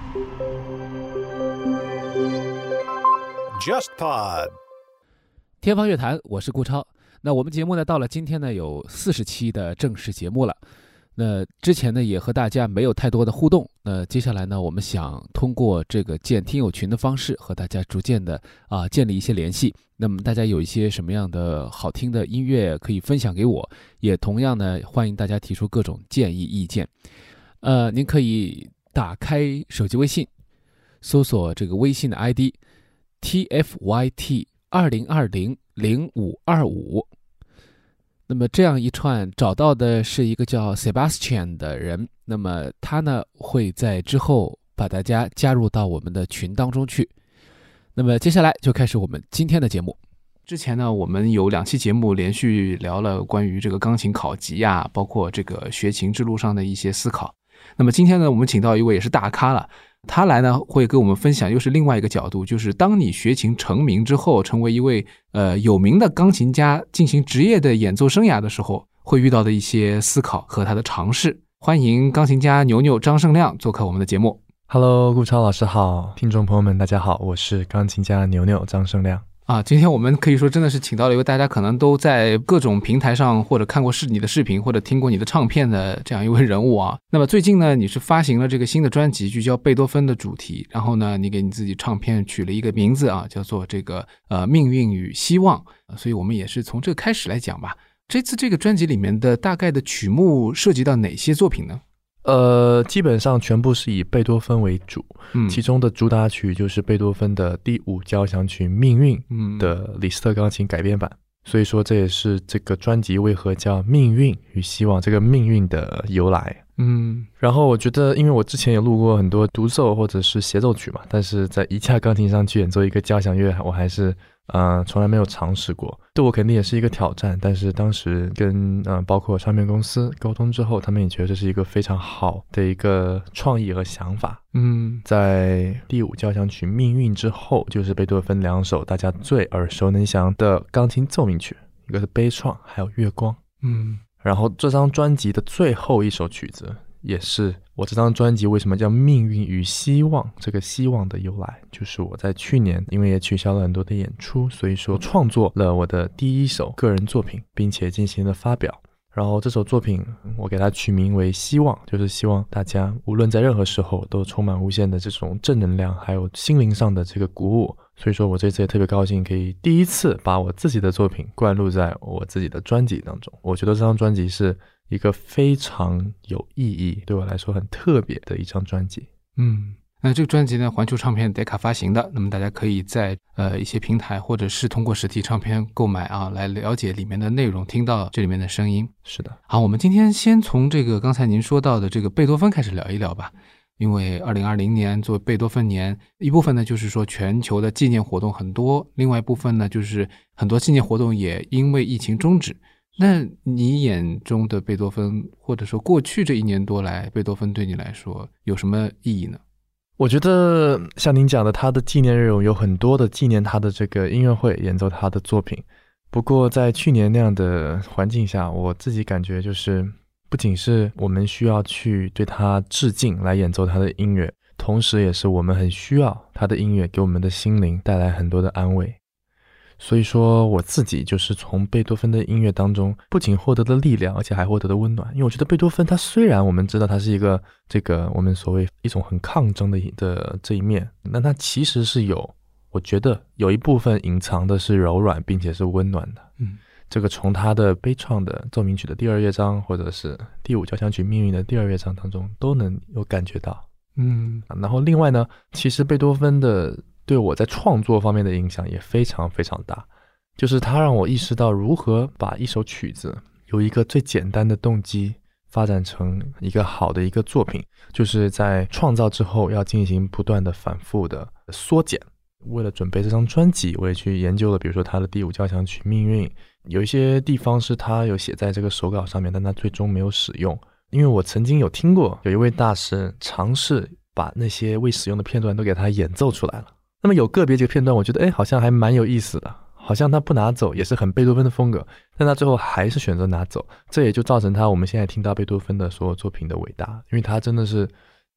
JustPod 天方乐坛，我是顾超。那我们节目呢，到了今天呢，有40期的正式节目了。那之前呢，也和大家没有太多的互动。那接下来呢，我们想通过这个建听友群的方式，和大家逐渐的建立一些联系。那么大家有一些什么样的好听的音乐可以分享给我，也同样呢，欢迎大家提出各种建议意见。您可以打开手机微信，搜索这个微信的 ID TFYT20200525，那么这样一串找到的是一个叫 Sebastian 的人，那么他呢会在之后把大家加入到我们的群当中去。那么接下来就开始我们今天的节目。之前呢，我们有2期节目连续聊了关于这个钢琴考级啊，包括这个学琴之路上的一些思考。那么今天呢，我们请到一位也是大咖了，他来呢会跟我们分享又是另外一个角度，就是当你学琴成名之后，成为一位有名的钢琴家，进行职业的演奏生涯的时候，会遇到的一些思考和他的尝试。欢迎钢琴家牛牛张胜亮做客我们的节目。 Hello， 顾超老师好，听众朋友们大家好，我是钢琴家牛牛张胜亮。 今天我们可以说真的是请到了一位大家可能都在各种平台上或者看过你的视频或者听过你的唱片的这样一位人物啊。那么最近呢，你是发行了这个新的专辑，聚焦贝多芬的主题，然后呢，你给你自己唱片取了一个名字啊，叫做这个命运与希望。所以我们也是从这个开始来讲吧。这次这个专辑里面的大概的曲目涉及到哪些作品呢？ 基本上全部是以贝多芬为主，其中的主打曲就是贝多芬的第5交响曲《命运》的李斯特钢琴改编版，所以说这也是这个专辑为何叫命运与希望这个命运的由来。然后我觉得因为我之前也录过很多独奏或者是协奏曲嘛，但是在一架钢琴上去演奏一个交响乐，我还是从来没有尝试过，对我肯定也是一个挑战。但是当时跟包括唱片公司沟通之后，他们也觉得这是一个非常好的一个创意和想法。在第5交响曲《命运》之后，就是贝多芬2首大家最耳熟能详的钢琴奏鸣曲，一个是悲怆，还有月光。然后这张专辑的最后一首曲子，也是我这张专辑为什么叫命运与希望，这个希望的由来，就是我在去年因为也取消了很多的演出，所以说创作了我的第1首个人作品，并且进行了发表。然后这首作品我给它取名为希望，就是希望大家无论在任何时候都充满无限的这种正能量，还有心灵上的这个鼓舞。所以说我这次也特别高兴可以第一次把我自己的作品灌录在我自己的专辑当中。我觉得这张专辑是一个非常有意义，对我来说很特别的一张专辑。 那这个专辑呢，环球唱片 Decca 发行的，那么大家可以在一些平台或者是通过实体唱片购买啊，来了解里面的内容，听到这里面的声音。 是的。 好，我们今天先从这个刚才您说到的这个贝多芬开始聊一聊吧。因为2020年作为贝多芬年，一部分呢就是说全球的纪念活动很多，另外一部分呢就是很多纪念活动也因为疫情终止。那你眼中的贝多芬，或者说过去这1年多来，贝多芬对你来说有什么意义呢？ 我觉得像您讲的，他的纪念内容有很多的纪念他的这个音乐会，演奏他的作品。不过在去年那样的环境下，我自己感觉就是不仅是我们需要去对他致敬来演奏他的音乐，同时也是我们很需要他的音乐给我们的心灵带来很多的安慰。所以说我自己就是从贝多芬的音乐当中不仅获得了力量，而且还获得了温暖。因为我觉得贝多芬他虽然我们知道他是一个这个我们所谓一种很抗争的这一面，但他其实是我觉得有一部分隐藏的是柔软并且是温暖的。这个从他的悲怆的奏鸣曲的第2乐章，或者是第5交响曲命运的第2乐章当中都能有感觉到。然后另外呢，其实贝多芬的对我在创作方面的影响也非常非常大，就是他让我意识到如何把一首曲子由一个最简单的动机发展成一个好的一个作品，就是在创造之后要进行不断的反复的缩减。为了准备这张专辑，我也去研究了比如说他的第5交响曲命运，有一些地方是他有写在这个手稿上面，但他最终没有使用。因为我曾经有听过有一位大师尝试把那些未使用的片段都给他演奏出来了，那么有个别几个片段我觉得好像还蛮有意思的，好像他不拿走也是很贝多芬的风格，但他最后还是选择拿走，这也就造成我们现在听到贝多芬的所有作品的伟大。因为他真的是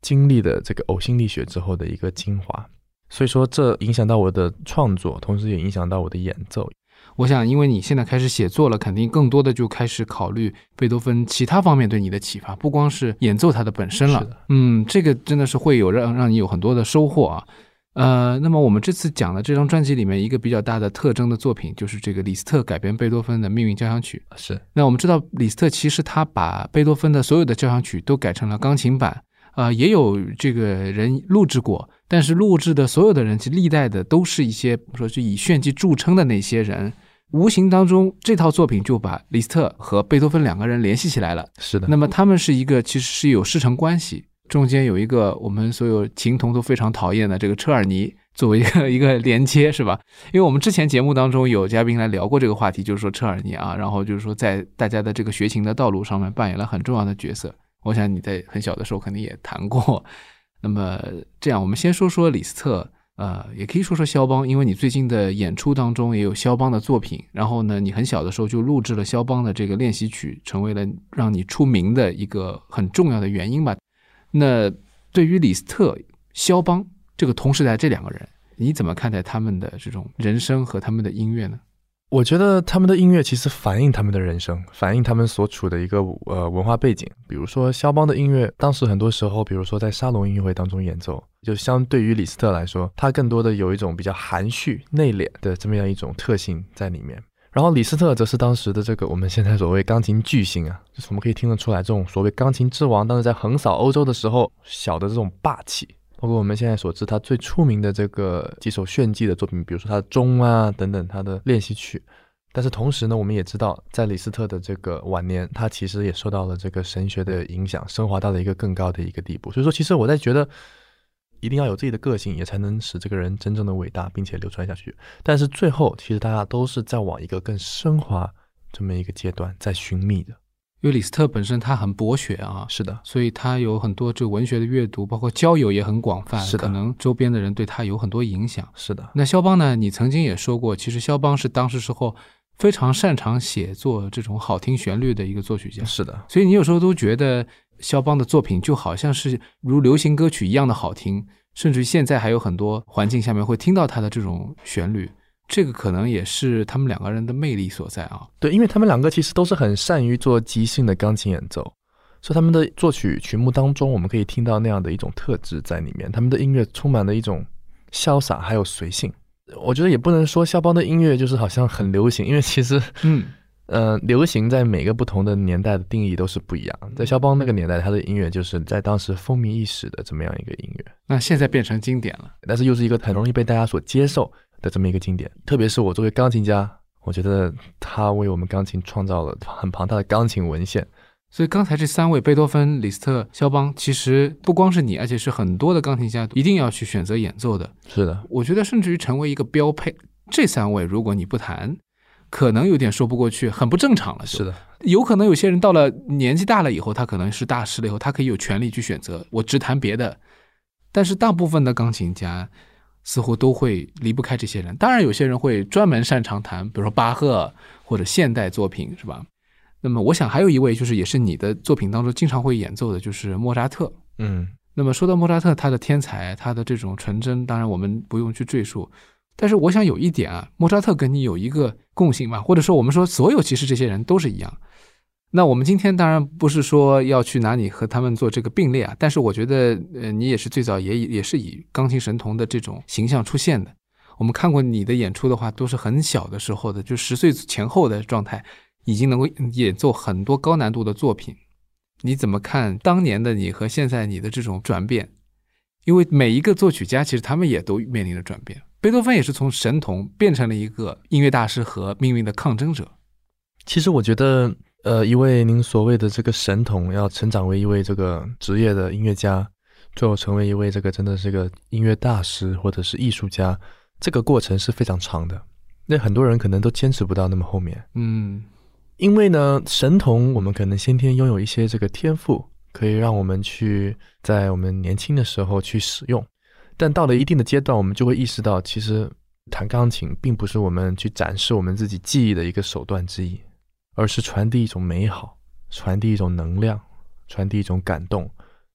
经历了这个呕心沥血之后的一个精华。所以说这影响到我的创作，同时也影响到我的演奏。 我想因为你现在开始写作了，肯定更多的就开始考虑贝多芬其他方面对你的启发，不光是演奏它的本身了。这个真的是会有让你有很多的收获啊。那么我们这次讲的这张专辑里面一个比较大的特征的作品就是这个李斯特改编贝多芬的命运交响曲。 是。 那我们知道李斯特其实他把贝多芬的所有的交响曲都改成了钢琴版，也有这个人录制过，但是录制的所有的人其实历代的都是一些说是以炫技著称的那些人，无形当中这套作品就把李斯特和贝多芬两个人联系起来了。 是的。 那么他们是一个其实是有师承关系，中间有一个我们所有琴童都非常讨厌的这个车尔尼作为一个连接，是吧？因为我们之前节目当中有嘉宾来聊过这个话题，就是说车尔尼啊，然后就是说在大家的这个学琴的道路上面扮演了很重要的角色。我想你在很小的时候肯定也谈过。那么这样我们先说说李斯特，也可以说说肖邦，因为你最近的演出当中也有肖邦的作品，然后呢你很小的时候就录制了肖邦的这个练习曲，成为了让你出名的一个很重要的原因吧。那对于李斯特、肖邦这个同时代这两个人，你怎么看待他们的这种人生和他们的音乐呢？ 我觉得他们的音乐其实反映他们的人生，反映他们所处的一个文化背景。比如说肖邦的音乐，当时很多时候比如说在沙龙音乐会当中演奏，就相对于李斯特来说，他更多的有一种比较含蓄内敛的这么样一种特性在里面。然后李斯特则是当时的这个我们现在所谓钢琴巨星啊，就是我们可以听得出来这种所谓钢琴之王当时在横扫欧洲的时候小的这种霸气。包括我们现在所知他最出名的这个几首炫技的作品，比如说他的钟啊等等他的练习曲。但是同时呢，我们也知道在李斯特的这个晚年，他其实也受到了这个神学的影响，升华到了一个更高的一个地步。所以说其实我在觉得一定要有自己的个性，也才能使这个人真正的伟大并且流传下去。但是最后其实大家都是在往一个更升华这么一个阶段在寻觅的。 因为李斯特本身他很博学啊， 是的， 所以他有很多这个文学的阅读，包括交友也很广泛， 是的， 可能周边的人对他有很多影响。 是的。 那肖邦呢，你曾经也说过，其实肖邦是当时时候非常擅长写作这种好听旋律的一个作曲家。 是的， 所以你有时候都觉得肖邦的作品就好像是如流行歌曲一样的好听，甚至于现在还有很多环境下面会听到他的这种旋律。这个可能也是他们两个人的魅力所在啊。 对，因为他们两个其实都是很善于做即兴的钢琴演奏，所以他们的作曲曲目当中我们可以听到那样的一种特质在里面。他们的音乐充满了一种潇洒还有随性。我觉得也不能说肖邦的音乐就是好像很流行，因为其实流行在每个不同的年代的定义都是不一样。在肖邦那个年代，他的音乐就是在当时风靡一时的这么样一个音乐， 那现在变成经典了， 但是又是一个很容易被大家所接受的这么一个经典。特别是我作为钢琴家，我觉得他为我们钢琴创造了很庞大的钢琴文献。 所以刚才这三位贝多芬、李斯特、肖邦，其实不光是你，而且是很多的钢琴家一定要去选择演奏的。 是的， 我觉得甚至于成为一个标配。这三位如果你不弹，可能有点说不过去，很不正常了。 是的， 有可能有些人到了年纪大了以后，他可能是大师了以后，他可以有权利去选择我只弹别的。但是大部分的钢琴家似乎都会离不开这些人。当然有些人会专门擅长弹，比如说巴赫或者现代作品，是吧？那么我想还有一位就是也是你的作品当中经常会演奏的，就是莫扎特。那么说到莫扎特，他的天才，他的这种纯真，当然我们不用去赘述。但是我想有一点啊，莫扎特跟你有一个共性嘛，或者说我们说所有其实这些人都是一样。那我们今天当然不是说要去拿你和他们做这个并列啊，但是我觉得你也是最早也是以钢琴神童的这种形象出现的。我们看过你的演出的话，都是很小的时候的，就10岁前后的状态，已经能够演奏很多高难度的作品。你怎么看当年的你和现在你的这种转变？因为每一个作曲家其实他们也都面临着转变。贝多芬也是从神童变成了一个音乐大师和命运的抗争者。 其实我觉得一位您所谓的这个神童要成长为一位这个职业的音乐家，最后成为一位这个真的是个音乐大师或者是艺术家，这个过程是非常长的。那很多人可能都坚持不到那么后面。因为呢，神童我们可能先天拥有一些这个天赋，可以让我们去在我们年轻的时候去使用，但到了一定的阶段，我们就会意识到，其实弹钢琴并不是我们去展示我们自己技艺的一个手段之一，而是传递一种美好，传递一种能量，传递一种感动。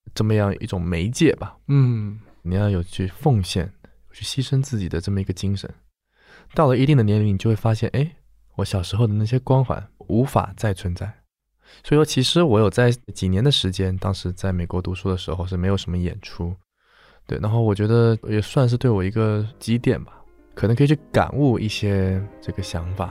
这么样一种媒介吧。你要有去奉献、去牺牲自己的这么一个精神。到了一定的年龄，你就会发现，我小时候的那些光环无法再存在。所以说，其实我有在几年的时间，当时在美国读书的时候是没有什么演出，对，然后我觉得也算是对我一个积淀吧，可能可以去感悟一些这个想法。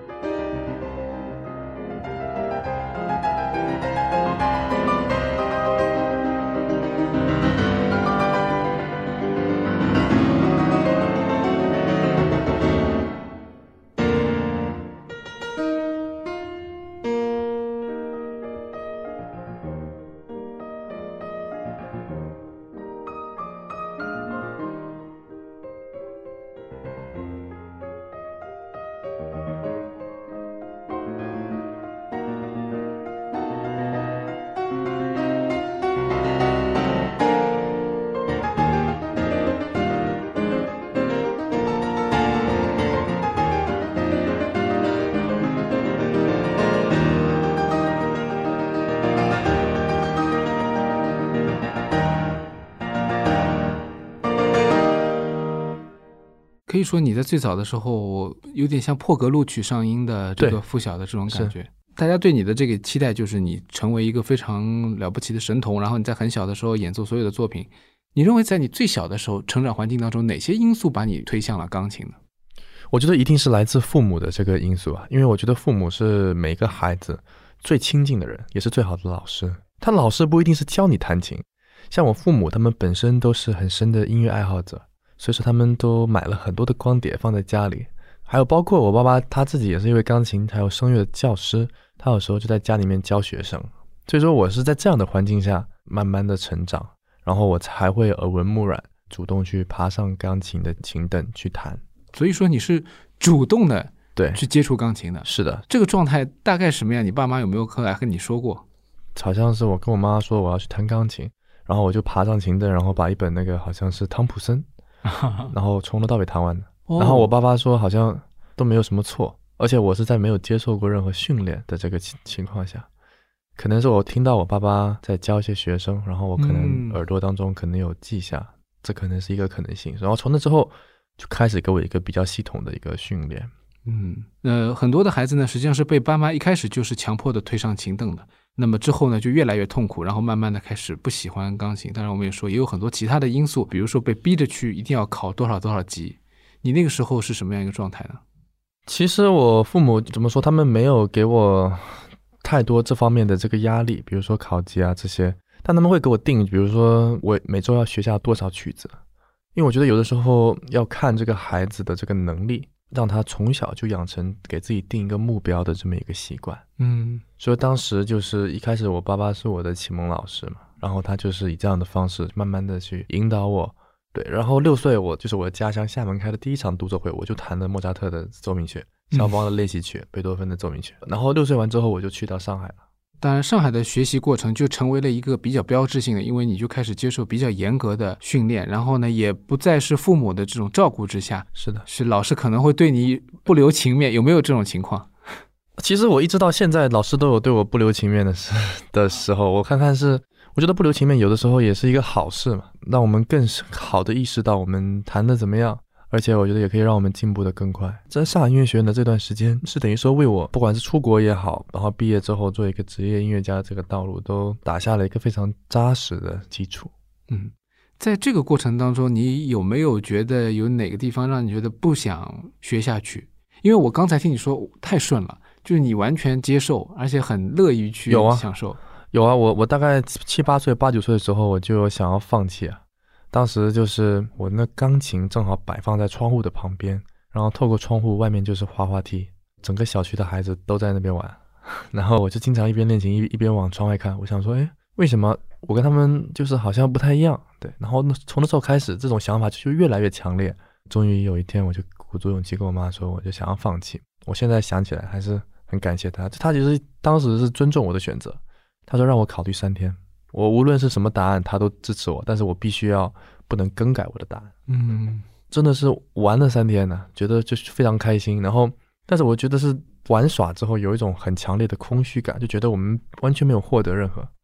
可以说你在最早的时候有点像破格录取上音的这个附小的这种感觉。大家对你的这个期待就是你成为一个非常了不起的神童，然后你在很小的时候演奏所有的作品。你认为在你最小的时候成长环境当中，哪些因素把你推向了钢琴呢？ 我觉得一定是来自父母的这个因素啊，因为我觉得父母是每个孩子最亲近的人，也是最好的老师。他老师不一定是教你弹琴，像我父母他们本身都是很深的音乐爱好者，所以说他们都买了很多的光碟放在家里，还有包括我爸爸他自己也是一位钢琴还有声乐的教师，他有时候就在家里面教学生。所以说我是在这样的环境下慢慢的成长，然后我才会耳闻目染，主动去爬上钢琴的琴凳去弹。 所以说你是主动的对去接触钢琴的。 是的。 这个状态大概什么样？你爸妈有没有后来跟你说过？ 好像是我跟我妈说我要去弹钢琴，然后我就爬上琴凳，然后把一本那个好像是汤普森然后从头到尾弹完的。然后我爸爸说好像都没有什么错，而且我是在没有接受过任何训练的这个情况下，可能是我听到我爸爸在教一些学生，然后我可能耳朵当中可能有记下，这可能是一个可能性。然后从那之后就开始给我一个比较系统的一个训练。 很多的孩子呢实际上是被爸妈一开始就是强迫的推上琴凳的，那么之后呢就越来越痛苦，然后慢慢的开始不喜欢钢琴。当然我们也说也有很多其他的因素，比如说被逼着去一定要考多少多少级。你那个时候是什么样一个状态呢？ 其实我父母怎么说，他们没有给我太多这方面的这个压力，比如说考级啊这些，但他们会给我定，比如说我每周要学下多少曲子，因为我觉得有的时候要看这个孩子的这个能力，让他从小就养成给自己定一个目标的这么一个习惯。所以当时就是一开始我爸爸是我的启蒙老师嘛，然后他就是以这样的方式慢慢的去引导我。对，然后6岁我就是我的家乡厦门开的第一场独奏会，我就弹了莫扎特的奏鸣曲、肖邦的练习曲、贝多芬的奏鸣曲。然后6岁完之后我就去到上海了。 当然上海的学习过程就成为了一个比较标志性的，因为你就开始接受比较严格的训练，然后呢也不再是父母的这种照顾之下。 是的， 是老师可能会对你不留情面，有没有这种情况？ 其实我一直到现在老师都有对我不留情面的时候，我看看是我觉得不留情面有的时候也是一个好事嘛，让我们更好的意识到我们弹的怎么样，而且我觉得也可以让我们进步的更快。在上海音乐学院的这段时间是等于说为我不管是出国也好，然后毕业之后做一个职业音乐家这个道路都打下了一个非常扎实的基础。 在这个过程当中你有没有觉得有哪个地方让你觉得不想学下去？因为我刚才听你说太顺了，就是你完全接受而且很乐于去享受。 有啊，我大概7、8岁、8、9岁的时候我就想要放弃啊。当时就是我那钢琴正好摆放在窗户的旁边，然后透过窗户外面就是滑滑梯，整个小区的孩子都在那边玩，然后我就经常一边练琴一边往窗外看，我想说为什么我跟他们就是好像不太一样。对，然后从那时候开始这种想法就越来越强烈，终于有一天我就鼓足勇气跟我妈说我就想要放弃。我现在想起来还是很感谢她其实当时是尊重我的选择，她说让我考虑3天，我无论是什么答案她都支持我，但是我必须不能更改我的答案。真的是玩了3天呢，觉得就是非常开心，然后但是我觉得是玩耍之后有一种很强烈的空虚感，就觉得我们完全没有获得任何。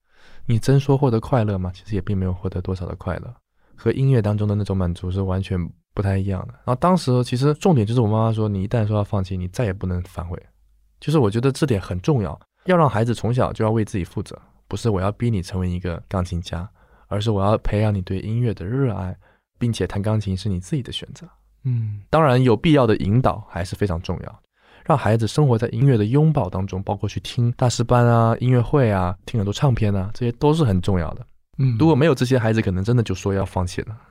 你真说获得快乐吗？其实也并没有获得多少的快乐，和音乐当中的那种满足是完全不太一样的。然后当时其实重点就是我妈妈说，你一旦说要放弃，你再也不能反悔。就是我觉得这点很重要，要让孩子从小就要为自己负责，不是我要逼你成为一个钢琴家，而是我要培养你对音乐的热爱，并且弹钢琴是你自己的选择。当然有必要的引导还是非常重要，让孩子生活在音乐的拥抱当中，包括去听大师班啊、音乐会啊、听很多唱片啊，这些都是很重要的。如果没有这些，孩子可能真的就说要放弃了。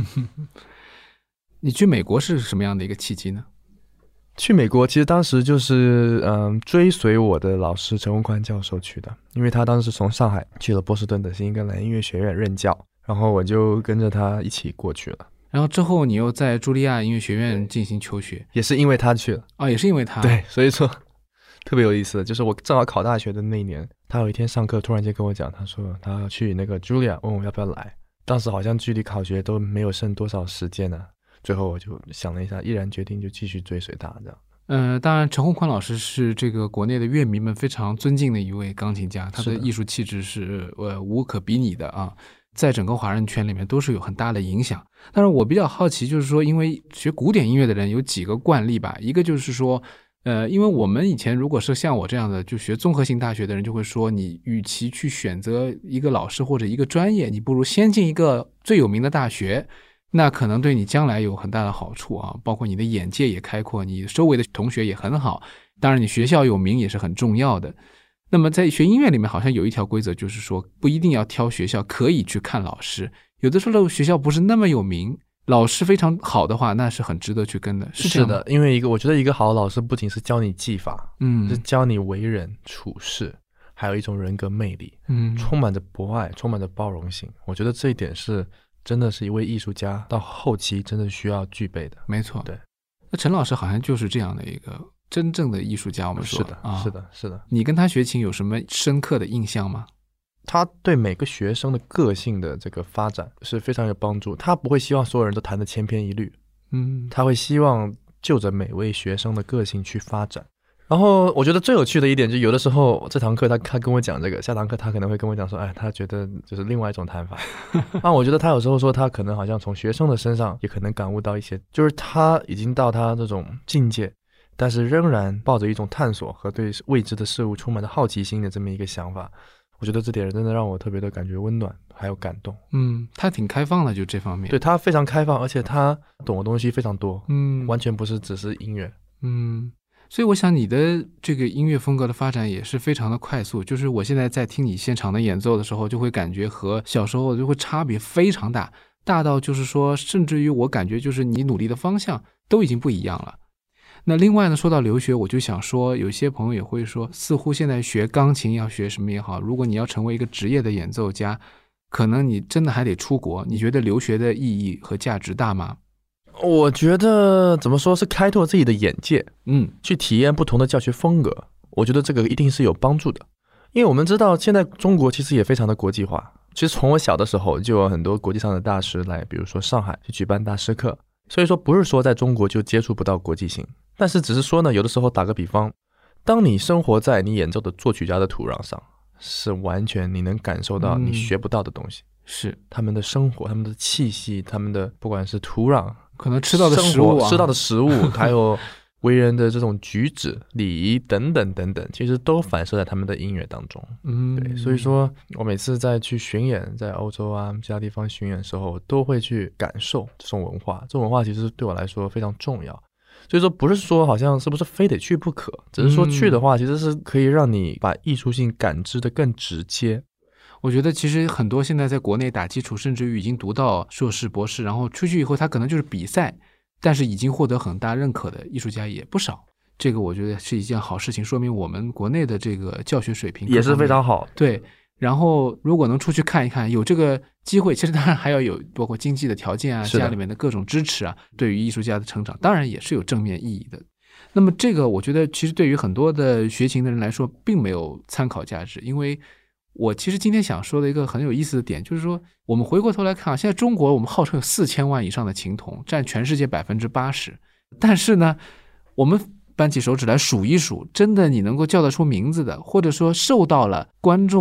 你去美国是什么样的一个契机呢？ 去美国其实当时就是追随我的老师陈文宽教授去的，因为他当时从上海去了波士顿的新英格兰音乐学院任教，然后我就跟着他一起过去了。 然后之后你又在茱莉亚音乐学院进行求学， 也是因为他去了。 也是因为他。 对，所以说特别有意思，就是我正好考大学的那一年，他有一天上课突然间跟我讲，他说他要去那个茱莉亚，问我要不要来。当时好像距离考学都没有剩多少时间呢，最后我就想了一下，毅然决定就继续追随他这样。 当然陈宏宽老师是这个国内的乐迷们非常尊敬的一位钢琴家，他的艺术气质是无可比拟的啊，在整个华人圈里面都是有很大的影响。但是我比较好奇，就是说因为学古典音乐的人有几个惯例吧，一个就是说因为我们以前如果是像我这样的就学综合性大学的人，就会说你与其去选择一个老师或者一个专业，你不如先进一个最有名的大学，那可能对你将来有很大的好处啊，包括你的眼界也开阔，你周围的同学也很好，当然你学校有名也是很重要的。那么在学音乐里面好像有一条规则，就是说不一定要挑学校，可以去看老师，有的时候学校不是那么有名，老师非常好的话，那是很值得去跟的。 是的，因为我觉得一个好的老师不仅是教你技法，是教你为人处事，还有一种人格魅力，充满着博爱，充满着包容性。我觉得这一点是真的是一位艺术家到后期真的需要具备的。 没错， 对。 那陈老师好像就是这样的一个真正的艺术家，我们说是的。 你跟他学琴有什么深刻的印象吗？ 他对每个学生的个性的这个发展是非常有帮助，他不会希望所有人都弹得千篇一律，他会希望就着每位学生的个性去发展。然后我觉得最有趣的一点，就有的时候这堂课他跟我讲这个，下堂课他可能会跟我讲说，他觉得就是另外一种弹法。我觉得他有时候说他可能好像从学生的身上也可能感悟到一些，就是他已经到他这种境界，但是仍然抱着一种探索和对未知的事物充满着好奇心的这么一个想法。我觉得这点真的让我特别的感觉温暖还有感动。 他挺开放的，就这方面。 对，他非常开放，而且他懂的东西非常多，完全不是只是音乐。 所以我想你的这个音乐风格的发展也是非常的快速，就是我现在在听你现场的演奏的时候，就会感觉和小时候就会差别非常大，大到就是说甚至于我感觉就是你努力的方向都已经不一样了。那另外呢，说到留学，我就想说有些朋友也会说，似乎现在学钢琴要学什么也好，如果你要成为一个职业的演奏家，可能你真的还得出国。你觉得留学的意义和价值大吗？ 我觉得怎么说是开拓自己的眼界，去体验不同的教学风格，我觉得这个一定是有帮助的。因为我们知道现在中国其实也非常的国际化，其实从我小的时候就有很多国际上的大师来，比如说上海去举办大师课，所以说不是说在中国就接触不到国际性，但是只是说呢，有的时候打个比方，当你生活在你演奏的作曲家的土壤上，是完全你能感受到你学不到的东西， 是他们的生活，他们的气息，他们的不管是土壤， 可能吃到的食物， 吃到的食物，还有为人的这种举止、礼仪等等等等，其实都反射在他们的音乐当中。对，所以说我每次在去巡演，在欧洲啊其他地方巡演的时候，我都会去感受这种文化。这种文化其实对我来说非常重要。所以说不是说好像是不是非得去不可，只是说去的话其实是可以让你把艺术性感知的更直接。 我觉得其实很多现在在国内打基础，甚至于已经读到硕士博士，然后出去以后他可能就是比赛，但是已经获得很大认可的艺术家也不少。这个我觉得是一件好事情，说明我们国内的这个教学水平也是非常好。 对，然后如果能出去看一看，有这个机会，其实当然还要有包括经济的条件啊，家里面的各种支持啊，对于艺术家的成长当然也是有正面意义的。那么这个我觉得其实对于很多的学琴的人来说并没有参考价值，因为我其实今天想说的一个很有意思的点，就是说我们回过头来看，现在中国我们号称有4000万以上的琴童，占全世界 80%， 但是呢我们扳起手指来数一数，真的你能够叫得出名字的，或者说受到了观众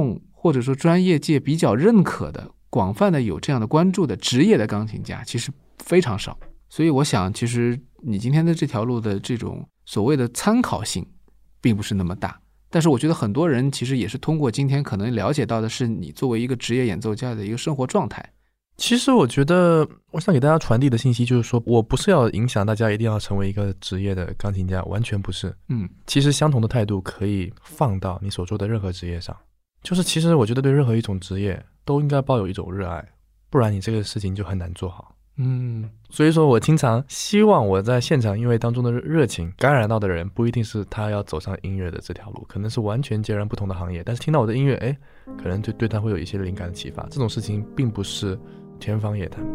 或者说专业界比较认可的、广泛的有这样的关注的职业的钢琴家，其实非常少。所以我想，其实你今天的这条路的这种所谓的参考性，并不是那么大。但是我觉得很多人其实也是通过今天可能了解到的是你作为一个职业演奏家的一个生活状态。 其实我觉得我想给大家传递的信息就是说，我不是要影响大家一定要成为一个职业的钢琴家，完全不是。其实相同的态度可以放到你所做的任何职业上。就是其实我觉得对任何一种职业都应该抱有一种热爱，不然你这个事情就很难做好。所以说我经常希望我在现场音乐当中的热情感染到的人，不一定是他要走上音乐的这条路，可能是完全截然不同的行业，但是听到我的音乐，可能就对他会有一些灵感的启发。这种事情并不是天方夜谭。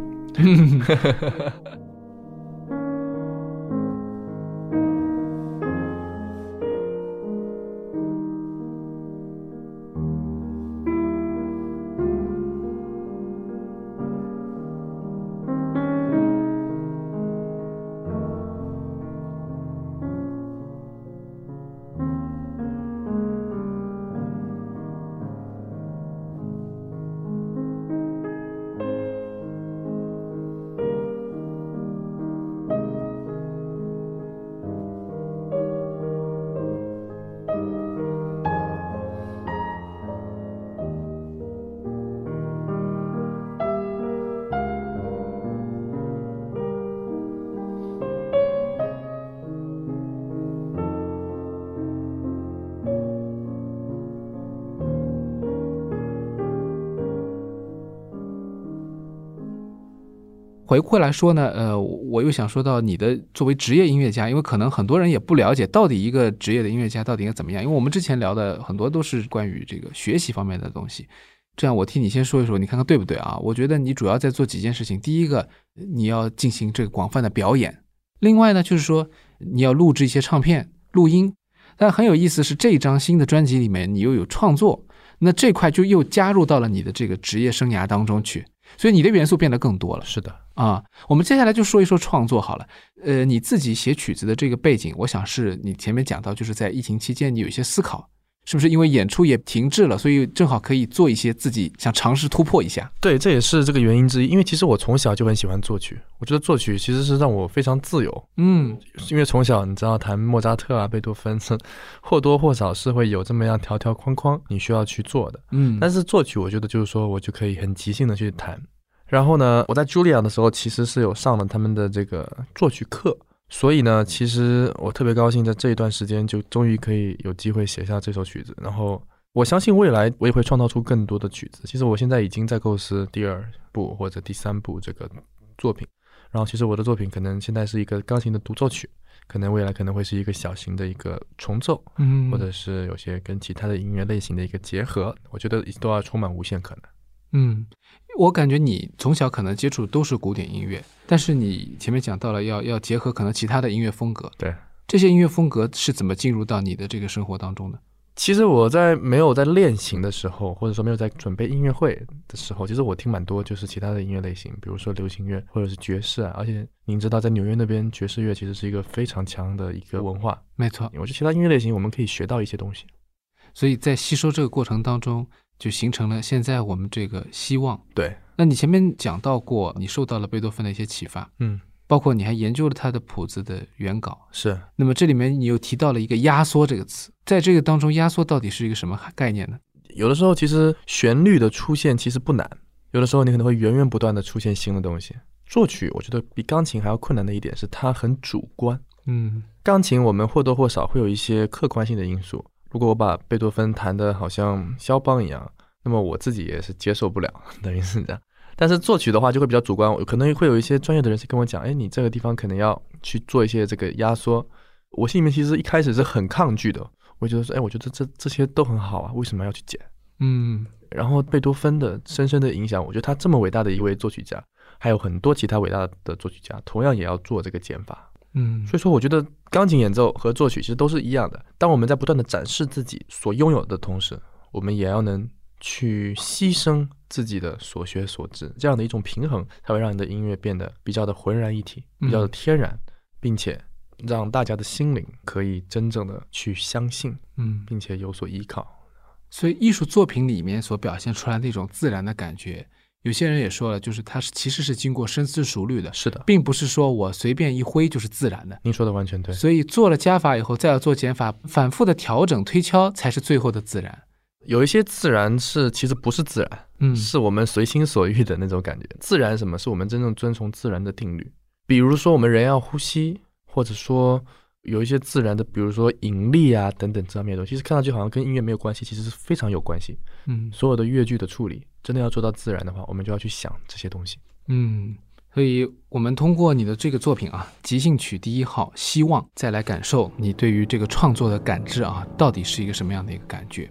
回过来说呢，我又想说到你的作为职业音乐家，因为可能很多人也不了解到底一个职业的音乐家到底应该怎么样，因为我们之前聊的很多都是关于这个学习方面的东西。这样我替你先说一说，你看看对不对啊？我觉得你主要在做几件事情，第一个你要进行这个广泛的表演，另外呢就是说你要录制一些唱片录音，但很有意思是这张新的专辑里面你又有创作，那这块就又加入到了你的这个职业生涯当中去，所以你的元素变得更多了。 是的啊，我们接下来就说一说创作好了。你自己写曲子的这个背景，我想是你前面讲到，就是在疫情期间你有一些思考，是不是因为演出也停滞了，所以正好可以做一些自己想尝试突破一下？ 对，这也是这个原因之一。因为其实我从小就很喜欢作曲，我觉得作曲其实是让我非常自由。因为从小你知道弹莫扎特啊、贝多芬，或多或少是会有这么样条条框框你需要去做的。但是作曲我觉得就是说我就可以很即兴的去弹。然后呢，我在茱莉亚的时候其实是有上了他们的这个作曲课，所以呢，其实我特别高兴在这一段时间就终于可以有机会写下这首曲子。然后我相信未来我也会创造出更多的曲子。其实我现在已经在构思第2部或者第3部这个作品。然后其实我的作品可能现在是一个钢琴的独奏曲，可能未来可能会是一个小型的一个重奏，或者是有些跟其他的音乐类型的一个结合，我觉得都要充满无限可能。 我感觉你从小可能接触都是古典音乐，但是你前面讲到了要结合可能其他的音乐风格。 对， 这些音乐风格是怎么进入到你的这个生活当中的？ 其实我没有在练琴的时候，或者说没有在准备音乐会的时候，其实我听蛮多就是其他的音乐类型，比如说流行乐或者是爵士啊。而且您知道在纽约那边爵士乐其实是一个非常强的一个文化。 没错， 我觉得其他音乐类型我们可以学到一些东西。 所以在吸收这个过程当中就形成了现在我们这个希望。 对， 那你前面讲到过你受到了贝多芬的一些启发，包括你还研究了他的谱子的原稿。 是。 那么这里面你又提到了一个压缩这个词，在这个当中压缩到底是一个什么概念呢？ 有的时候其实旋律的出现其实不难，有的时候你可能会源源不断的出现新的东西。作曲我觉得比钢琴还要困难的一点是它很主观。钢琴我们或多或少会有一些客观性的因素，如果我把贝多芬弹得好像肖邦一样，那么我自己也是接受不了，等于是这样。但是作曲的话就会比较主观，可能会有一些专业的人士跟我讲，你这个地方可能要去做一些这个压缩。我心里面其实一开始是很抗拒的，我觉得说，我觉得这些都很好啊，为什么要去减？然后贝多芬的深深的影响，我觉得他这么伟大的一位作曲家，还有很多其他伟大的作曲家，同样也要做这个减法。所以说我觉得钢琴演奏和作曲其实都是一样的，当我们在不断的展示自己所拥有的同时，我们也要能去牺牲自己的所学所知，这样的一种平衡才会让你的音乐变得比较的浑然一体，比较的天然，并且让大家的心灵可以真正的去相信，并且有所依靠。 所以艺术作品里面所表现出来那种自然的感觉，有些人也说了，就是它其实是经过深思熟虑的， 是的， 并不是说我随便一挥就是自然的。 您说的完全对。 所以做了加法以后，再要做减法，反复的调整推敲，才是最后的自然。 有一些自然其实不是自然，是我们随心所欲的那种感觉。自然什么？是我们真正遵从自然的定律。比如说我们人要呼吸，或者说有一些自然的，比如说引力啊等等这方面的东西，其实看上去好像跟音乐没有关系，其实是非常有关系。所有的乐句的处理，真的要做到自然的话，我们就要去想这些东西。 所以我们通过你的这个作品啊，即兴曲第1号希望，再来感受你对于这个创作的感知啊，到底是一个什么样的一个感觉。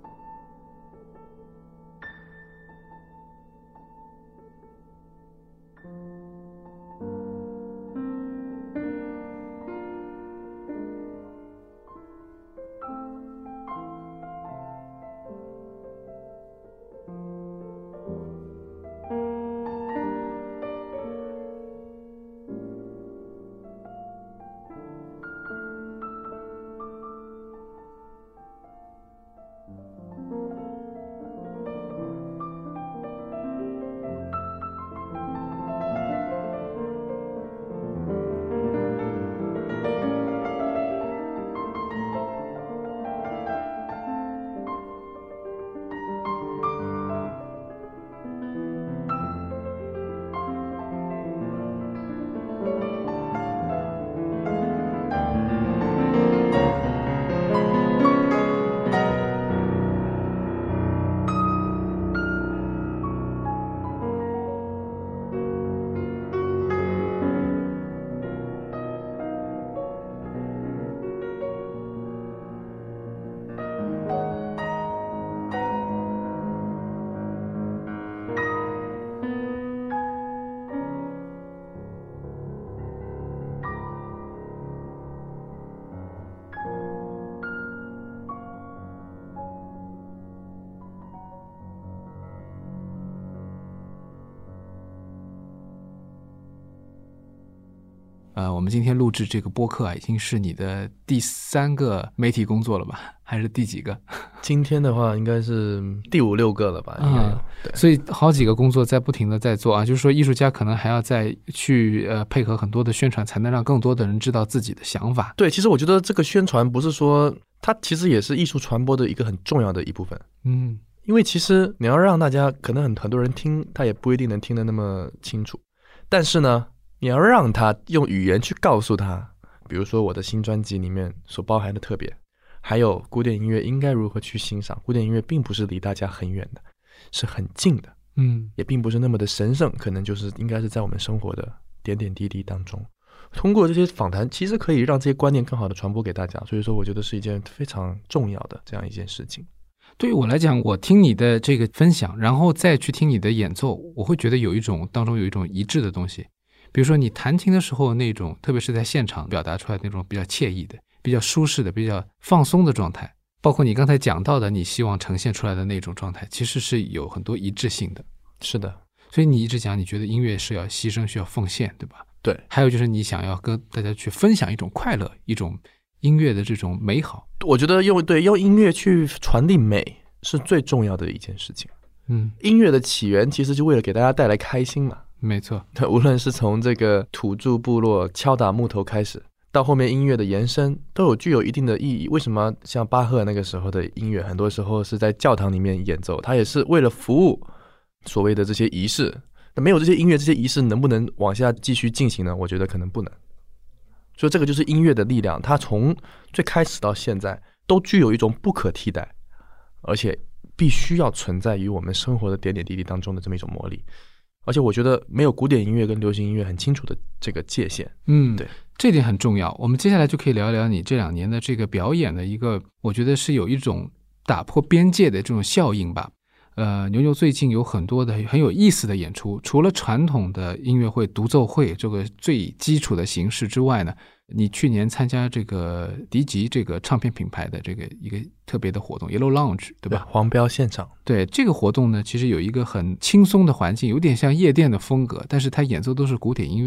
我们今天录制这个播客啊，已经是你的第3个媒体工作了吧？还是第几个？ 今天的话应该是第5、6个了吧？对， 所以好几个工作在不停的在做啊，就是说艺术家可能还要再去配合很多的宣传，才能让更多的人知道自己的想法。 对，其实我觉得这个宣传不是说它其实也是艺术传播的一个很重要的一部分。因为其实你要让大家可能很多人听，他也不一定能听得那么清楚，但是呢，你要让他用语言去告诉他，比如说我的新专辑里面所包含的特别，还有古典音乐应该如何去欣赏。古典音乐并不是离大家很远的，是很近的，也并不是那么的神圣，可能就是应该是在我们生活的点点滴滴当中。通过这些访谈，其实可以让这些观念更好的传播给大家，所以说我觉得是一件非常重要的这样一件事情。 对于我来讲，我听你的这个分享，然后再去听你的演奏，我会觉得当中有一种一致的东西。比如说你弹琴的时候那种，特别是在现场表达出来那种比较惬意的、比较舒适的、比较放松的状态，包括你刚才讲到的你希望呈现出来的那种状态，其实是有很多一致性的。 是的， 所以你一直讲你觉得音乐是要牺牲，需要奉献，对吧？ 对。 还有就是你想要跟大家去分享一种快乐，一种音乐的这种美好。 我觉得用音乐去传递美是最重要的一件事情。音乐的起源其实就为了给大家带来开心嘛。 没错， 无论是从这个土著部落敲打木头开始，到后面音乐的延伸，都具有一定的意义。为什么像巴赫那个时候的音乐，很多时候是在教堂里面演奏，它也是为了服务所谓的这些仪式。那没有这些音乐，这些仪式能不能往下继续进行呢？我觉得可能不能。所以这个就是音乐的力量，它从最开始到现在都具有一种不可替代，而且必须要存在于我们生活的点点滴滴当中的这么一种魔力。而且我觉得没有古典音乐跟流行音乐很清楚的这个界限。对， 这点很重要。我们接下来就可以聊聊你这2年的这个表演的一个，我觉得是有一种打破边界的这种效应吧。牛牛最近有很多的很有意思的演出，除了传统的音乐会、独奏会这个最基础的形式之外呢，你去年参加这个迪吉这个唱片品牌的这个一个特别的活动 Yellow Lounge， 对吧？ 黄标现场。 对，这个活动呢，其实有一个很轻松的环境，有点像夜店的风格，但是它演奏都是古典音乐。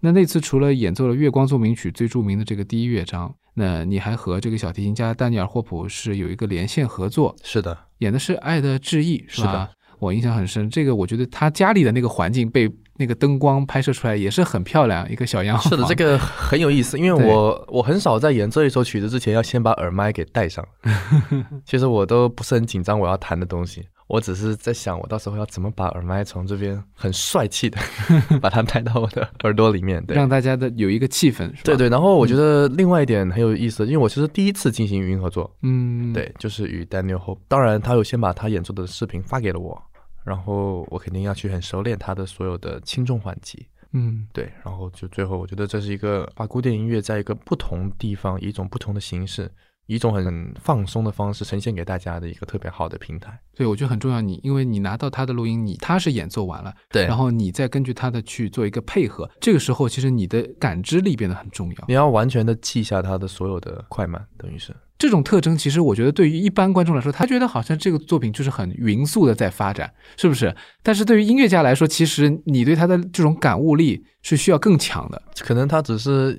那次除了演奏了月光奏鸣曲最著名的这个第一乐章，那你还和这个小提琴家丹尼尔霍普是有一个连线合作， 是的， 演的是爱的致意，是吧？ 是的， 我印象很深，这个我觉得他家里的那个环境被那个灯光拍摄出来也是很漂亮，一个小洋房。 是的，这个很有意思，因为我很少在演这一首曲子之前要先把耳麦给戴上。其实我都不是很紧张我要弹的东西，我只是在想我到时候要怎么把耳麦从这边很帅气的把它带到我的耳朵里面，对， 让大家的有一个气氛，是吧？ 对对。然后我觉得另外一点很有意思，因为我其实第一次进行语音合作，对，就是与 Daniel Hope， 当然他有先把他演奏的视频发给了我，然后我肯定要去很熟练他的所有的轻重缓急，对，然后就最后我觉得这是一个把古典音乐在一个不同地方以一种不同的形式，以一种很放松的方式呈现给大家的一个特别好的平台。 对，我觉得很重要，因为你拿到他的录音，他是演奏完了，对，然后你再根据他的去做一个配合，这个时候其实你的感知力变得很重要， 你要完全的记下他的所有的快慢，等于是这种特征。其实我觉得对于一般观众来说，他觉得好像这个作品就是很匀速的在发展，是不是？但是对于音乐家来说，其实你对他的这种感悟力是需要更强的。 可能他只是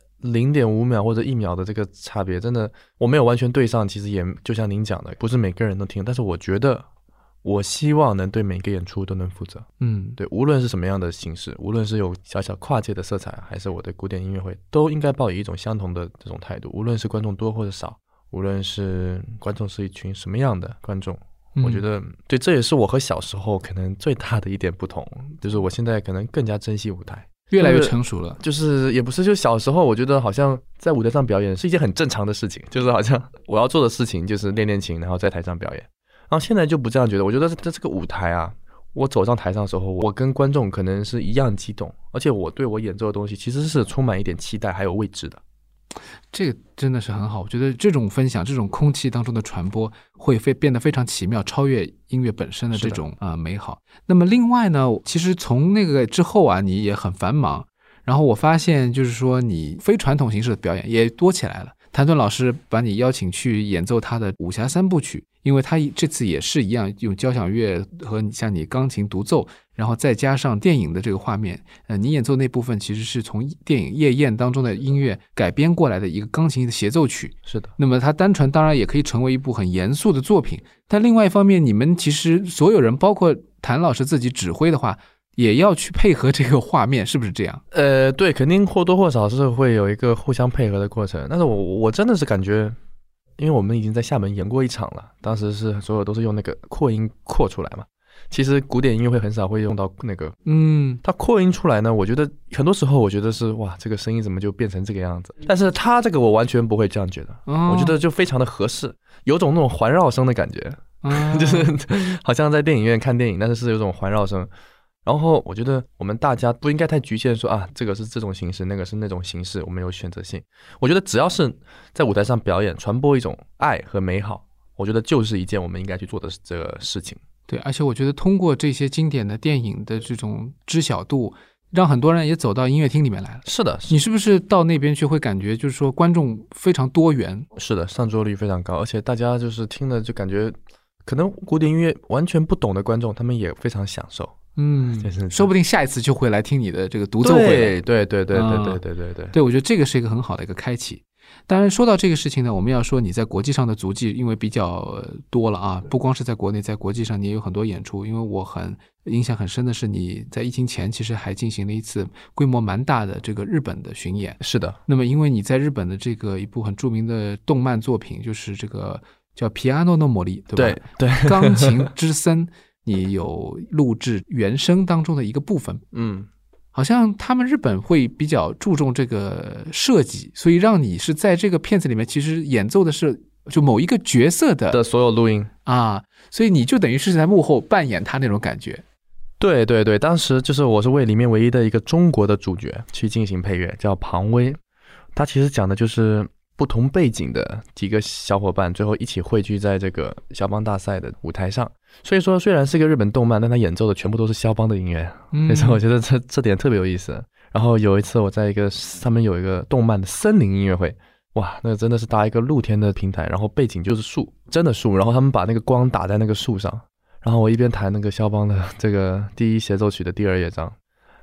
0.5秒或者1秒的这个差别，真的我没有完全对上，其实也就像您讲的，不是每个人都听，但是我觉得我希望能对每个演出都能负责，对，无论是什么样的形式，无论是有小小跨界的色彩，还是我的古典音乐会，都应该抱以一种相同的这种态度，无论是观众多或者少，无论是观众是一群什么样的观众，我觉得对，这也是我和小时候可能最大的一点不同，就是我现在可能更加珍惜舞台， 越来越成熟了， 就是也不是，就小时候我觉得好像在舞台上表演是一件很正常的事情，就是好像我要做的事情就是练练琴，然后在台上表演。然后现在就不这样觉得，我觉得在这个舞台啊，我走上台上的时候，我跟观众可能是一样激动，而且我对我演奏的东西其实是充满一点期待还有未知的。 这个真的是很好，我觉得这种分享，这种空气当中的传播会变得非常奇妙，超越音乐本身的这种美好。那么另外呢，其实从那个之后啊，你也很繁忙，然后我发现就是说你非传统形式的表演也多起来了。谭盾老师把你邀请去演奏他的武侠三部曲，因为他这次也是一样用交响乐和像你钢琴独奏，然后再加上电影的这个画面，你演奏那部分其实是从电影《夜宴》当中的音乐改编过来的一个钢琴的协奏曲。 是的， 那么它单纯当然也可以成为一部很严肃的作品，但另外一方面，你们其实所有人，包括谭老师自己指挥的话，也要去配合这个画面，是不是这样？ 对，肯定或多或少是会有一个互相配合的过程。但是我真的是感觉，因为我们已经在厦门演过一场了，当时是所有都是用那个扩音扩出来嘛。其实古典音乐会很少会用到那个，它扩音出来呢，我觉得很多时候我觉得是哇，这个声音怎么就变成这个样子？但是它这个我完全不会这样觉得，我觉得就非常的合适，有种那种环绕声的感觉，就是好像在电影院看电影，但是是有种环绕声。然后我觉得我们大家不应该太局限说啊，这个是这种形式，那个是那种形式，我们有选择性。我觉得只要是在舞台上表演，传播一种爱和美好，我觉得就是一件我们应该去做的这个事情。 对，而且我觉得通过这些经典的电影的这种知晓度，让很多人也走到音乐厅里面来了。 是的， 你是不是到那边去会感觉就是说观众非常多元？ 是的，上座率非常高，而且大家就是听了就感觉，可能古典音乐完全不懂的观众，他们也非常享受。 说不定下一次就会来听你的这个独奏会。 对， 对，我觉得这个是一个很好的一个开启。当然说到这个事情呢，我们要说你在国际上的足迹因为比较多了啊，不光是在国内，在国际上你也有很多演出。因为我很印象很深的是你在疫情前其实还进行了一次规模蛮大的这个日本的巡演。 是的， 那么因为你在日本的这个一部很著名的动漫作品，就是这个叫 Piano no Mori， 对吧？ 对， 钢琴之森你有录制原声当中的一个部分，好像他们日本会比较注重这个设计，所以让你是在这个片子里面其实演奏的是就某一个角色的所有录音啊，所以你就等于是在幕后扮演他那种感觉。 对，当时就是我是为里面唯一的一个中国的主角去进行配乐，叫庞威。他其实讲的就是不同背景的几个小伙伴最后一起汇聚在这个肖邦大赛的舞台上，所以说虽然是一个日本动漫，但他演奏的全部都是肖邦的音乐，所以我觉得这点特别有意思。然后有一次我在他们有一个动漫的森林音乐会，哇，那真的是搭一个露天的平台，然后背景就是树，真的树，然后他们把那个光打在那个树上，然后我一边弹那个肖邦的这个第一协奏曲的第二乐章，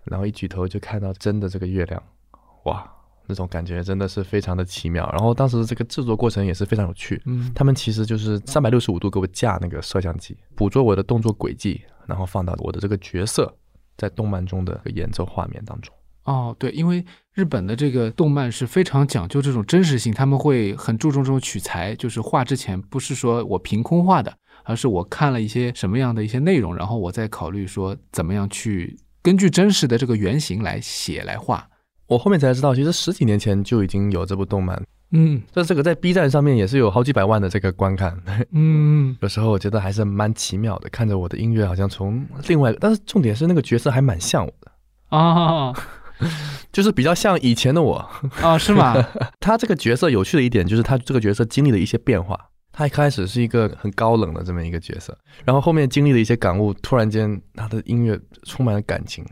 然后一举头就看到真的这个月亮，哇，那种感觉真的是非常的奇妙。然后当时这个制作过程也是非常有趣，他们其实就是365度给我架那个摄像机，捕捉我的动作轨迹，然后放到我的这个角色在动漫中的演奏画面当中。 哦，对，因为日本的这个动漫是非常讲究这种真实性，他们会很注重这种取材，就是画之前不是说我凭空画的，而是我看了一些什么样的一些内容，然后我再考虑说怎么样去根据真实的这个原型来写来画。 我后面才知道，其实10几年前就已经有这部动漫。这个在 B 站上面也是有好几百万的这个观看。有时候我觉得还是蛮奇妙的，看着我的音乐好像从另外，但是重点是那个角色还蛮像我的就是比较像以前的我是吗？ 他这个角色有趣的一点就是他这个角色经历了一些变化，他一开始是一个很高冷的这么一个角色，然后后面经历了一些感悟，突然间他的音乐充满了感情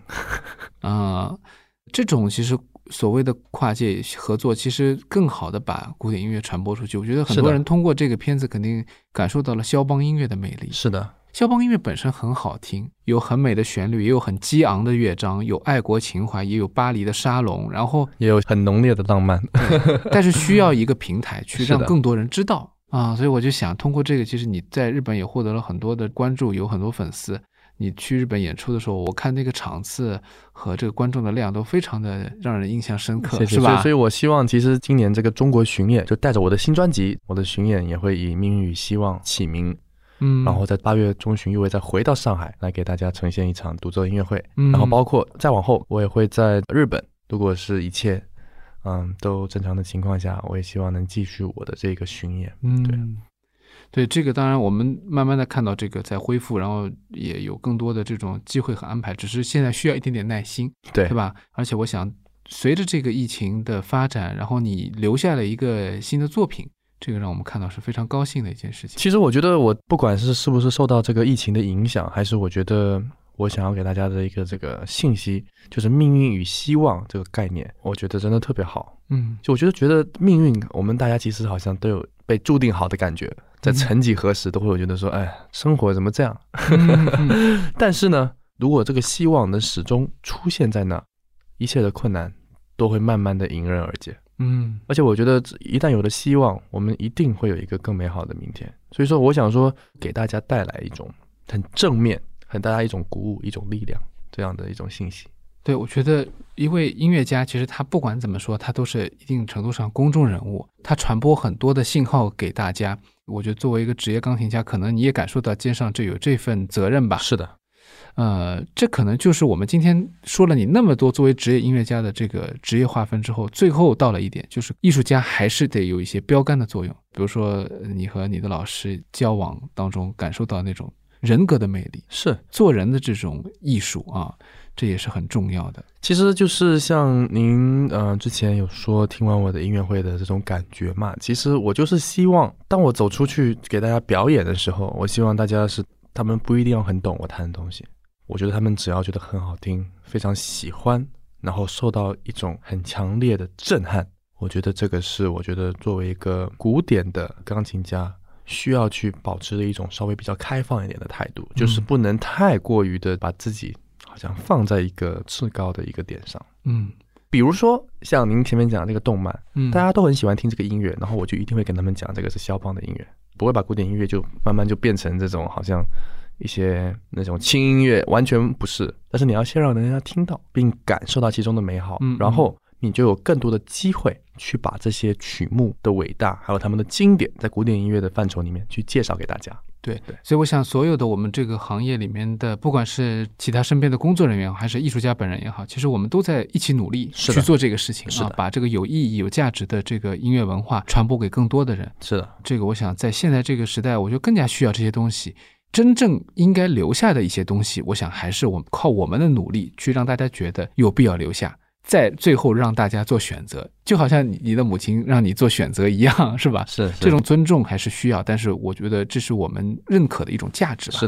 这种其实所谓的跨界合作，其实更好的把古典音乐传播出去。我觉得很多人通过这个片子肯定感受到了肖邦音乐的魅力。 是的， 肖邦音乐本身很好听，有很美的旋律，也有很激昂的乐章，有爱国情怀，也有巴黎的沙龙，然后也有很浓烈的浪漫。 但是需要一个平台去让更多人知道所以我就想通过这个，其实你在日本也获得了很多的关注，有很多粉丝。你去日本演出的时候，我看那个场次和这个观众的量都非常的让人印象深刻， 谢谢， 是吧？ 所以我希望其实今年这个中国巡演就带着我的新专辑，我的巡演也会以命运与希望起名，然后在8月中旬又会再回到上海来给大家呈现一场独奏音乐会，然后包括再往后我也会在日本，如果是一切都正常的情况下，我也希望能继续我的这个巡演。 对，这个当然我们慢慢的看到这个在恢复，然后也有更多的这种机会和安排，只是现在需要一点点耐心，对吧？而且我想随着这个疫情的发展，然后你留下了一个新的作品，这个让我们看到是非常高兴的一件事情。 其实我觉得我不管是不是受到这个疫情的影响，还是我觉得我想要给大家的一个这个信息，就是命运与希望这个概念，我觉得真的特别好。就我觉得命运，我们大家其实好像都有被注定好的感觉，在曾几何时都会有觉得说，哎，生活怎么这样？但是呢，如果这个希望能始终出现在那，一切的困难都会慢慢的迎刃而解。而且我觉得一旦有了希望，我们一定会有一个更美好的明天。所以说我想说给大家带来一种很正面，很大家一种鼓舞，一种力量，这样的一种信息。 对，我觉得一位音乐家其实他不管怎么说，他都是一定程度上公众人物，他传播很多的信号给大家。我觉得作为一个职业钢琴家，可能你也感受到肩上就有这份责任吧。 是的， 这可能就是我们今天说了你那么多作为职业音乐家的这个职业划分之后，最后到了一点，就是艺术家还是得有一些标杆的作用。比如说你和你的老师交往当中感受到那种人格的魅力， 是做人的这种艺术这也是很重要的。 其实就是像您之前有说听完我的音乐会的这种感觉嘛，其实我就是希望当我走出去给大家表演的时候，我希望大家他们不一定要很懂我弹的东西，我觉得他们只要觉得很好听，非常喜欢，然后受到一种很强烈的震撼，我觉得这个是我觉得作为一个古典的钢琴家需要去保持的一种稍微比较开放一点的态度，就是不能太过于的把自己好像放在一个至高的一个点上。比如说像您前面讲这个动漫，大家都很喜欢听这个音乐，然后我就一定会跟他们讲这个是肖邦的音乐，不会把古典音乐就慢慢就变成这种好像一些那种轻音乐，完全不是。但是你要先让人家听到并感受到其中的美好，然后你就有更多的机会去把这些曲目的伟大还有他们的经典在古典音乐的范畴里面去介绍给大家。 对，所以我想所有的我们这个行业里面的，不管是其他身边的工作人员还是艺术家本人也好，其实我们都在一起努力去做这个事情把这个有意义有价值的这个音乐文化传播给更多的人。 是的， 这个我想在现在这个时代，我就更加需要这些东西。真正应该留下的一些东西，我想还是我们靠我们的努力去让大家觉得有必要留下，在最后让大家做选择，就好像你的母亲让你做选择一样，是吧？ 是这种尊重还是需要，但是我觉得这是我们认可的一种价值吧。 是的，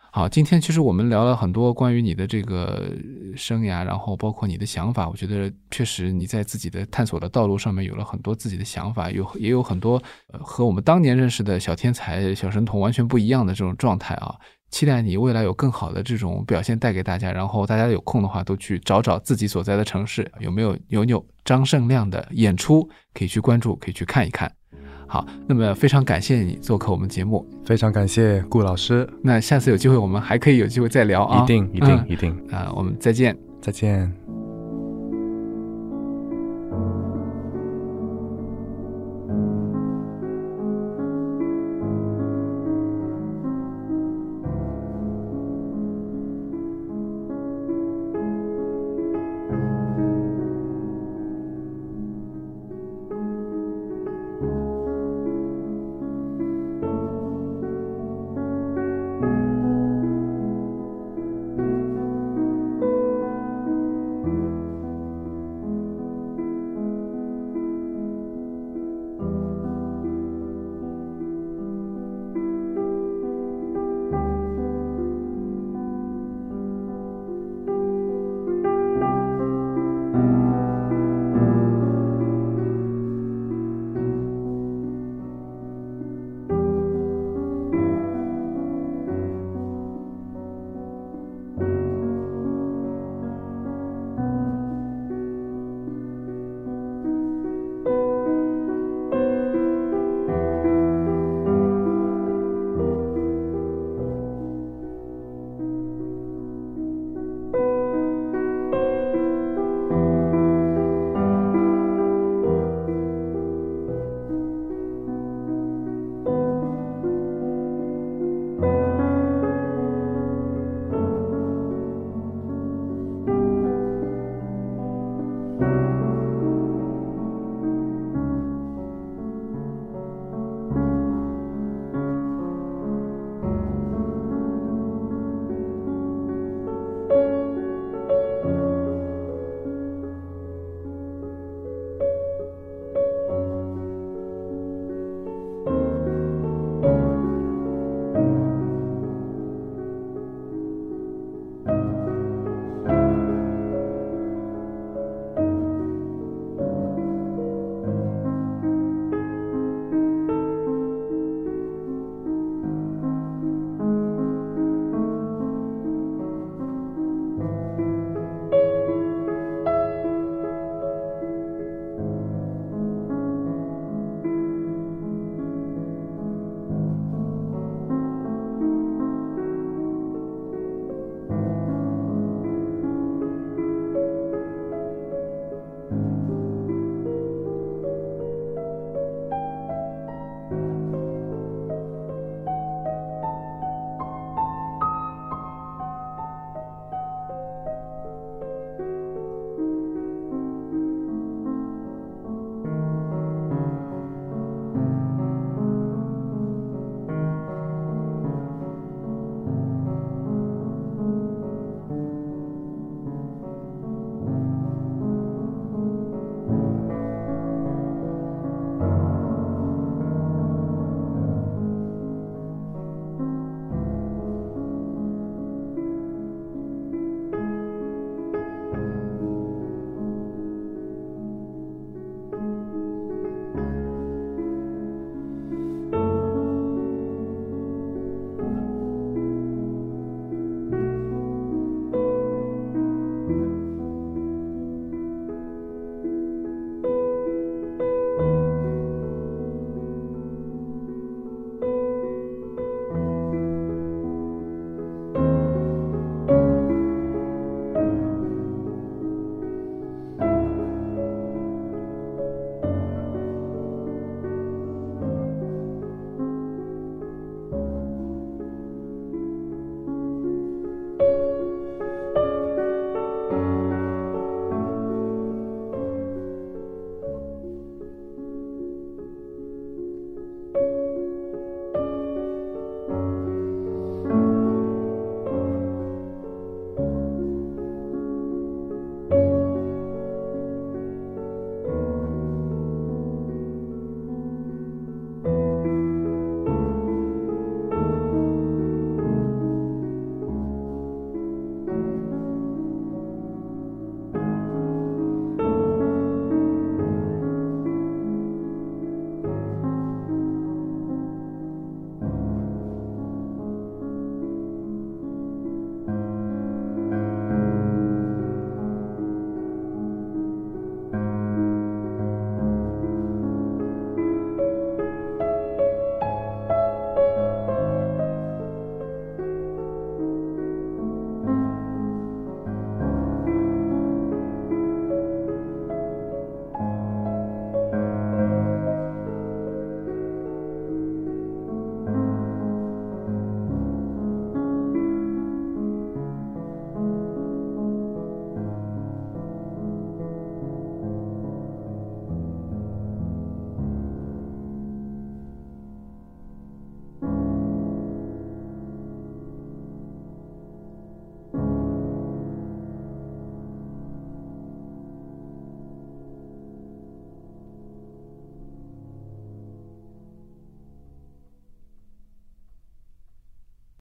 好，今天其实我们聊了很多关于你的这个生涯，然后包括你的想法，我觉得确实你在自己的探索的道路上面有了很多自己的想法，也有很多和我们当年认识的小天才小神童完全不一样的这种状态啊。期待你未来有更好的这种表现带给大家，然后大家有空的话都去找找自己所在的城市有没有张胜亮的演出可以去关注，可以去看一看。好，那么非常感谢你做客我们节目， 非常感谢顾老师。 那下次有机会我们还可以有机会再聊啊， 一定。 我们再见。 再见。